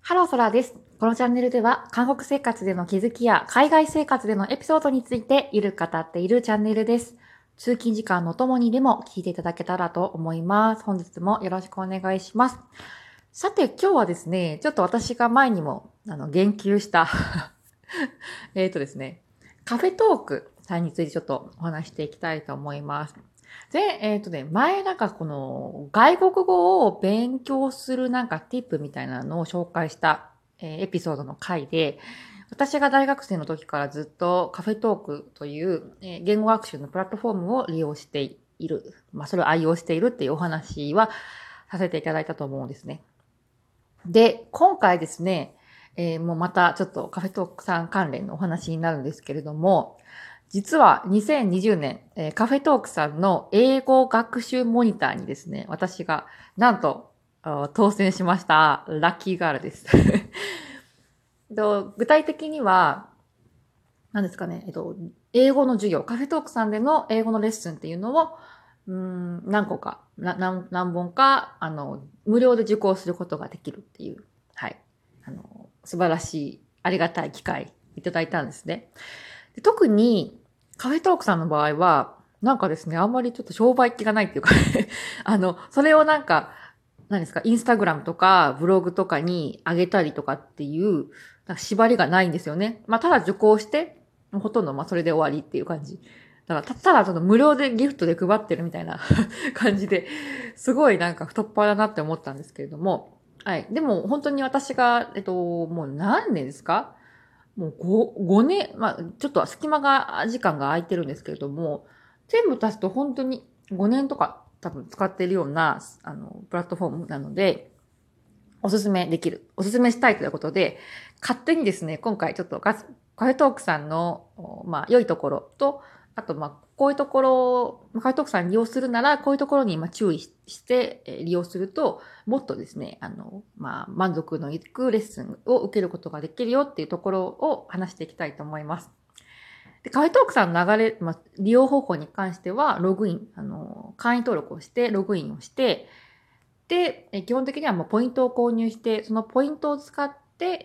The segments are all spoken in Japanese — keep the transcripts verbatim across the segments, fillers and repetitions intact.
ハローソラです。このチャンネルでは、韓国生活での気づきや海外生活でのエピソードについてゆるく語っているチャンネルです。通勤時間のともにでも聞いていただけたらと思います。本日もよろしくお願いします。さて今日はですね、ちょっと私が前にもあの言及したえっとですね、カフェトークさんについてちょっとお話していきたいと思います。で、えっとね、前なんかこの外国語を勉強するなんか ティップ みたいなのを紹介した、えーエピソードの回で、私が大学生の時からずっとカフェトークという、えー言語学習のプラットフォームを利用している。まあ、それを愛用しているっていうお話はさせていただいたと思うんですね。で、今回ですね、えーもうまたちょっとカフェトークさん関連のお話になるんですけれども、実はにせんにじゅうねん、えーカフェトークさんの英語学習モニターにですね、私がなんとあ当選しました。ラッキーガールです。と具体的には、何ですかね、えっと、英語の授業、カフェトークさんでの英語のレッスンっていうのを、うーん、何個か、な何何本か、あの、無料で受講することができるっていう、はい、あの、素晴らしい、ありがたい機会いただいたんですね。で特に、カフェトークさんの場合は、なんかですね、あんまりちょっと商売気がないっていうかあの、それをなんか、何ですか、インスタグラムとかブログとかに上げたりとかっていう、なんか縛りがないんですよね。まあ、ただ受講して、ほとんどまあそれで終わりっていう感じ。だからた、ただその無料でギフトで配ってるみたいな感じで、すごいなんか太っ腹だなって思ったんですけれども、はい。でも本当に私が、えっと、もう何年ですかもうご、ごねん、まあ、ちょっと隙間が、時間が空いてるんですけれども、全部足すと本当にごねんとか多分使っているような、あの、プラットフォームなので、おすすめできる。おすすめしたいということで、勝手にですね、今回ちょっとカフェトークさんの、まあ、良いところと、あと、まあ、こういうところ、カフェトークさん利用するなら、こういうところに、まあ、注意して利用すると、もっとですね、あの、まあ、満足のいくレッスンを受けることができるよっていうところを話していきたいと思います。で、カフェトークさんの流れ、まあ、利用方法に関しては、ログイン、あの、会員登録をして、ログインをして、で、基本的にはもうポイントを購入して、そのポイントを使って、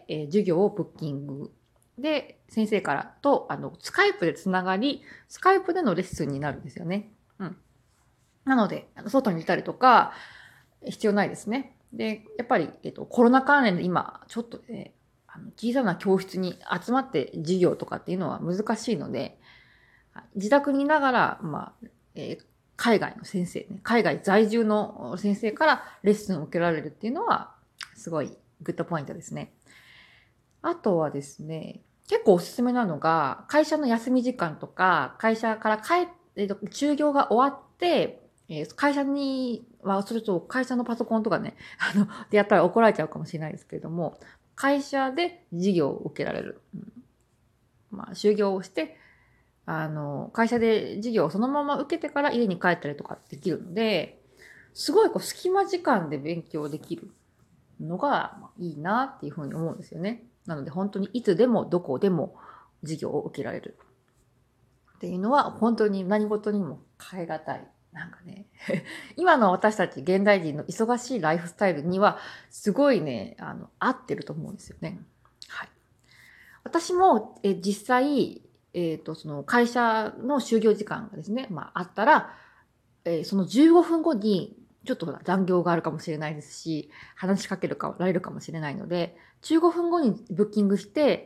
えー授業をブッキング。で、先生からと、あの、スカイプでつながり、スカイプでのレッスンになるんですよね。うん。なので、あの外に出たりとか、必要ないですね。で、やっぱり、えっと、コロナ関連で今、ちょっとね、あの小さな教室に集まって授業とかっていうのは難しいので、自宅にいながら、まあ、えー海外の先生ね、海外在住の先生からレッスンを受けられるっていうのは、すごいグッドポイントですね。あとはですね、結構おすすめなのが、会社の休み時間とか、会社から帰って、就業が終わって、えー会社に、は、それと会社のパソコンとかね、あの、でやったら怒られちゃうかもしれないですけれども、会社で授業を受けられる。うん、まあ、就業をして、あの、会社で授業をそのまま受けてから家に帰ったりとかできるので、すごいこう隙間時間で勉強できるのがいいなっていうふうに思うんですよね。なので本当にいつでもどこでも授業を受けられるっていうのは本当に何事にも変え難い。なんかね、今の私たち現代人の忙しいライフスタイルにはすごいね、あの、合ってると思うんですよね。はい。私も、え実際、えっ、と、その会社の就業時間がですね、まああったら、えーそのじゅうごふんごに、ちょっと残業があるかもしれないですし、話しかけるか、られるかもしれないので、じゅうごふんごにブッキングして、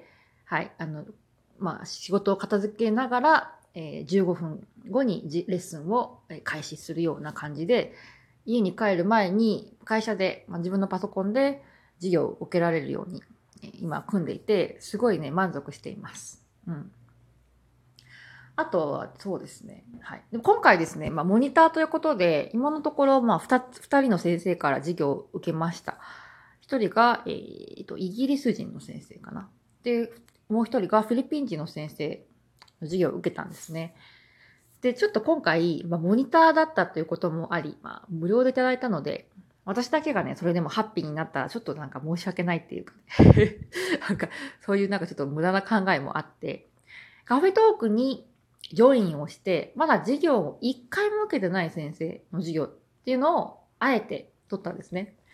はい、あの、まあ、仕事を片付けながら、えーじゅうごふんごにじレッスンを開始するような感じで、家に帰る前に会社で、まあ、自分のパソコンで授業を受けられるように、えー今組んでいて、すごいね、満足しています。うん。あとは、そうですね。はい。でも今回ですね、まあ、モニターということで、今のところ、まあ、二つ、二人の先生から授業を受けました。一人が、えーと、イギリス人の先生かな。で、もう一人がフィリピン人の先生の授業を受けたんですね。で、ちょっと今回、まあ、モニターだったということもあり、まあ、無料でいただいたので、私だけがね、それでもハッピーになったら、ちょっとなんか申し訳ないっていうかね。なんか、そういうなんかちょっと無駄な考えもあって、カフェトークにジョインをして、まだ授業を一回も受けてない先生の授業っていうのを、あえて取ったんですね。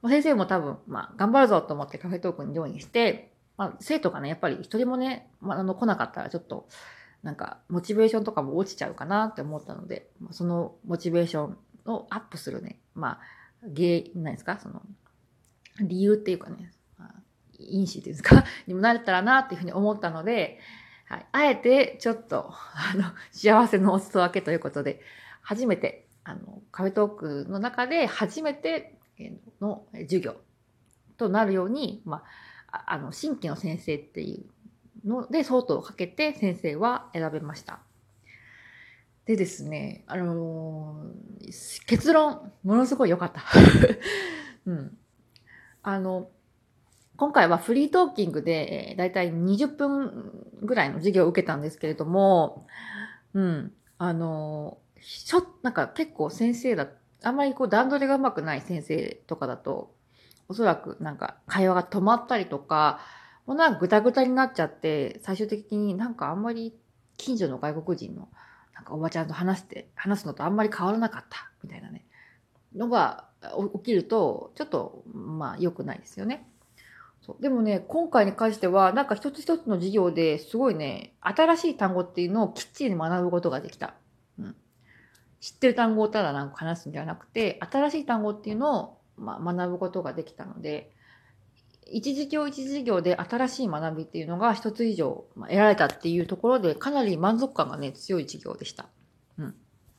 先生も多分、まあ、頑張るぞと思ってカフェトークにジョインして、まあ、生徒がね、やっぱり一人もね、まあ、あの、来なかったらちょっと、なんか、モチベーションとかも落ちちゃうかなって思ったので、そのモチベーションをアップするね、まあ、原因、何ですか、その、理由っていうかね、まあ、因子っていうんですか、にもなれたらなっていうふうに思ったので、はい、あえてちょっと、あの、幸せのお裾分けということで、初めて、あの、カフェトークの中で初めての授業となるように、まあ、あの、新規の先生っていうので、相当をかけて先生は選べました。でですね、あのー、結論、ものすごい良かった。うん。あの、今回はフリートーキングで、えー、だいたいにじゅっぷんぐらいの授業を受けたんですけれども、うん。あのー、しょ、なんか結構先生だ、あんまりこう段取りがうまくない先生とかだと、おそらくなんか会話が止まったりとか、もうなんかぐたぐたになっちゃって、最終的になんかあんまり近所の外国人のなんかおばちゃんと話して、話すのとあんまり変わらなかったみたいなね、のが起きると、ちょっとまあ良くないですよね。そう。でもね、今回に関しては、なんか一つ一つの授業ですごいね、新しい単語っていうのをきっちり学ぶことができた。うん。知ってる単語をただなんか話すんじゃなくて、新しい単語っていうのを、まあ、学ぶことができたので、一授業一授業で新しい学びっていうのが一つ以上得られたっていうところで、かなり満足感がね、強い授業でした。うん。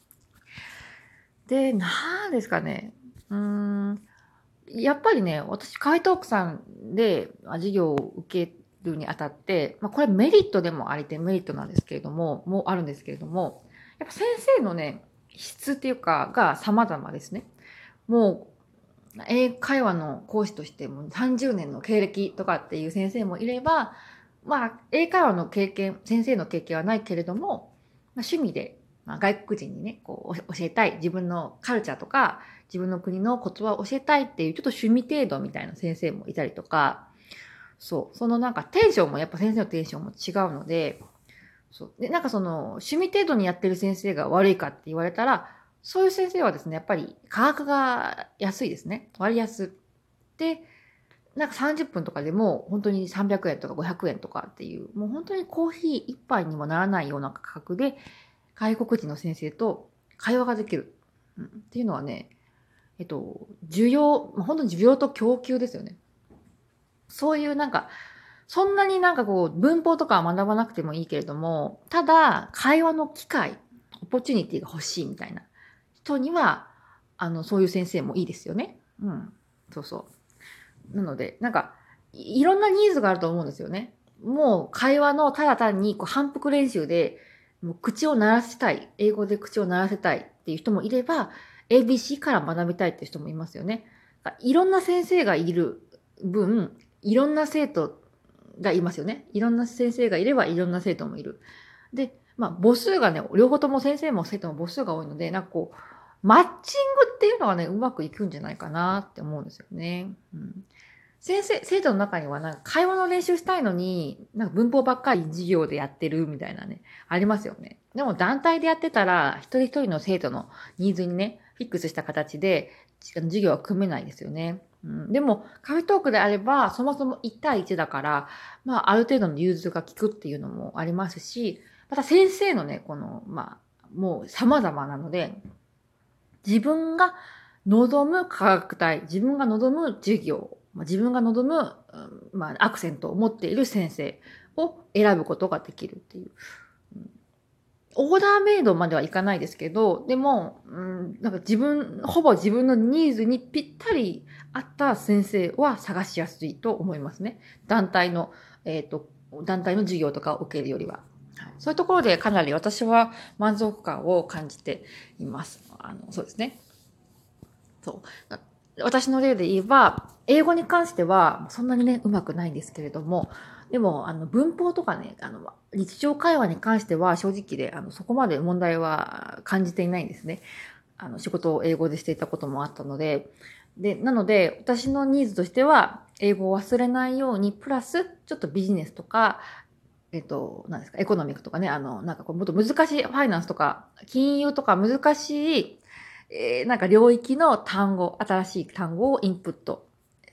で、なんですかね。うーん。やっぱりね、私、カイトークさんで授業を受けるにあたって、まあ、これメリットでもありてメリットなんですけれども、もうあるんですけれども、やっぱ先生のね、質っていうか、が様々ですね。もう、英会話の講師としてもさんじゅうねんの経歴とかっていう先生もいれば、まあ、英会話の経験、先生の経験はないけれども、まあ、趣味で、まあ、外国人にね、こう、教えたい。自分のカルチャーとか、自分の国の言葉を教えたいっていう、ちょっと趣味程度みたいな先生もいたりとか、そう、そのなんかテンションもやっぱ先生のテンションも違うので、そう。で、なんかその、趣味程度にやってる先生が悪いかって言われたら、そういう先生はですね、やっぱり価格が安いですね。割安。で、なんかさんじゅっぷんとかでも本当にさんびゃくえんとかごひゃくえんとかっていう、もう本当にコーヒー一杯にもならないような価格で、外国人の先生と会話ができる。うん、っていうのはね、えっと、需要、本当に需要と供給ですよね。そういうなんか、そんなになんかこう、文法とかは学ばなくてもいいけれども、ただ、会話の機会、オポチュニティが欲しいみたいな人には、あの、そういう先生もいいですよね。うん。そうそう。なので、なんか、いろんなニーズがあると思うんですよね。もう、会話のただ単にこう反復練習で、もう口を鳴らしたい。英語で口を鳴らせたいっていう人もいれば、エービーシー から学びたいっていう人もいますよね。いろんな先生がいる分、いろんな生徒がいますよね。いろんな先生がいればいろんな生徒もいる。で、まあ母数がね、両方とも先生も生徒も母数が多いので、なんかこう、マッチングっていうのはね、うまくいくんじゃないかなって思うんですよね。うん、先生、生徒の中にはなんか会話の練習したいのに、なんか文法ばっかり授業でやってるみたいなね、ありますよね。でも団体でやってたら、一人一人の生徒のニーズにね、フィックスした形で授業は組めないですよね。うん、でも、カフェトークであれば、そもそもいち対いちだから、まあ、ある程度の融通が効くっていうのもありますし、また先生のね、この、まあ、もう様々なので、自分が望む価格帯、自分が望む授業、自分が望む、まあ、アクセントを持っている先生を選ぶことができるっていう。オーダーメイドまではいかないですけど、でも、うん、なんか自分、ほぼ自分のニーズにぴったり合った先生は探しやすいと思いますね。団体の、えっと、団体の授業とかを受けるよりは。はい、そういうところでかなり私は満足感を感じています。あの、そうですね。そう。私の例で言えば、英語に関してはそんなにね、うまくないんですけれども、でも、あの、文法とかね、あの、日常会話に関しては正直で、あの、そこまで問題は感じていないんですね。あの、仕事を英語でしていたこともあったので、で、なので、私のニーズとしては、英語を忘れないように、プラス、ちょっとビジネスとか、えっと、何ですか、エコノミックとかね、あの、なんかこう、もっと難しい、ファイナンスとか、金融とか難しい、えー、なんか領域の単語、新しい単語をインプット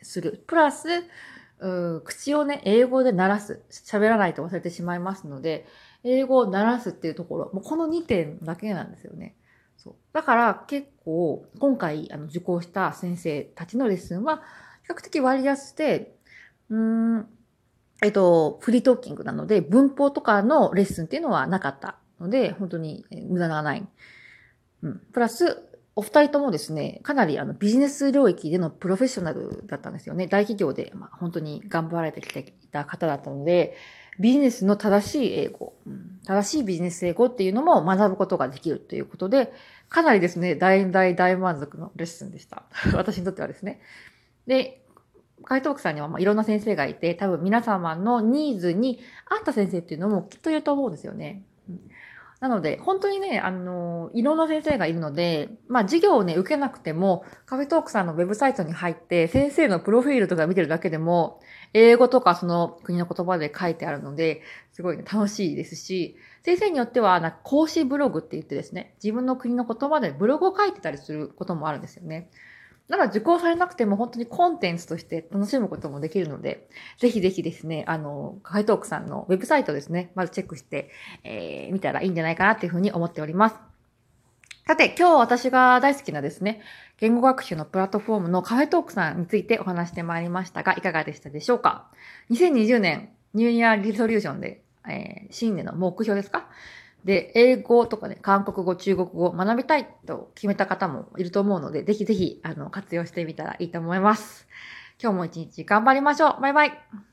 する。プラス、う口をね、英語で鳴らす。喋らないと忘れてしまいますので、英語を鳴らすっていうところ、もうこのにてんだけなんですよね。そう。だから結構、今回あの受講した先生たちのレッスンは、比較的割安で、うーん、えっと、フリートーキングなので、文法とかのレッスンっていうのはなかったので、本当に無駄がない。うん。プラス、お二人ともですね、かなりあのビジネス領域でのプロフェッショナルだったんですよね。大企業で、まあ、本当に頑張られてきていた方だったので、ビジネスの正しい英語、うん、正しいビジネス英語っていうのも学ぶことができるということで、かなりですね、大大大満足のレッスンでした。私にとってはですね。で、カイトークさんにはまあいろんな先生がいて、多分皆様のニーズに合った先生っていうのもきっといると思うんですよね。うん、なので、本当にね、あの、いろんな先生がいるので、まあ、授業をね、受けなくても、カフェトークさんのウェブサイトに入って、先生のプロフィールとか見てるだけでも、英語とかその国の言葉で書いてあるので、すごいね、楽しいですし、先生によっては、なんか講師ブログって言ってですね、自分の国の言葉でブログを書いてたりすることもあるんですよね。なら受講されなくても本当にコンテンツとして楽しむこともできるので、ぜひぜひですね、あの、カフェトークさんのウェブサイトですね、まずチェックして、えー、見たらいいんじゃないかなっていうふうに思っております。さて、今日私が大好きなですね、言語学習のプラットフォームのカフェトークさんについてお話してまいりましたが、いかがでしたでしょうか？ にせんにじゅう 年、ニューイヤーリソリューションで、えー、新年の目標ですか？で、英語とかね、韓国語、中国語を学びたいと決めた方もいると思うので、ぜひぜひ、あの、活用してみたらいいと思います。今日も一日頑張りましょう。バイバイ。